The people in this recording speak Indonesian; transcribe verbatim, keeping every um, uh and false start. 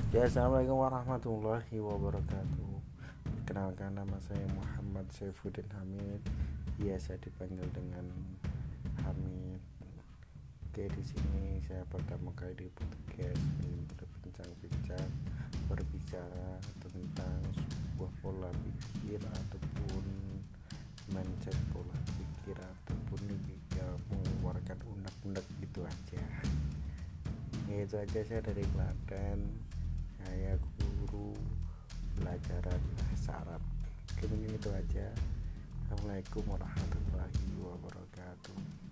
Ya, assalamualaikum warahmatullahi wabarakatuh. Perkenalkan, nama saya Muhammad Saifuddin Hamid, biasa dipanggil dengan Hamid. Oke, di sini saya pertama kali di podcast ini berbincang-bincang, berbicara tentang sebuah pola pikir ataupun mindset pola pikir ataupun ya, mengeluarkan unek-unek gitu aja. Ya, itu aja. Saya dari Klaten, saya guru pelajaran bahasa Arab. Oke, mungkin itu aja. Assalamualaikum warahmatullahi wabarakatuh.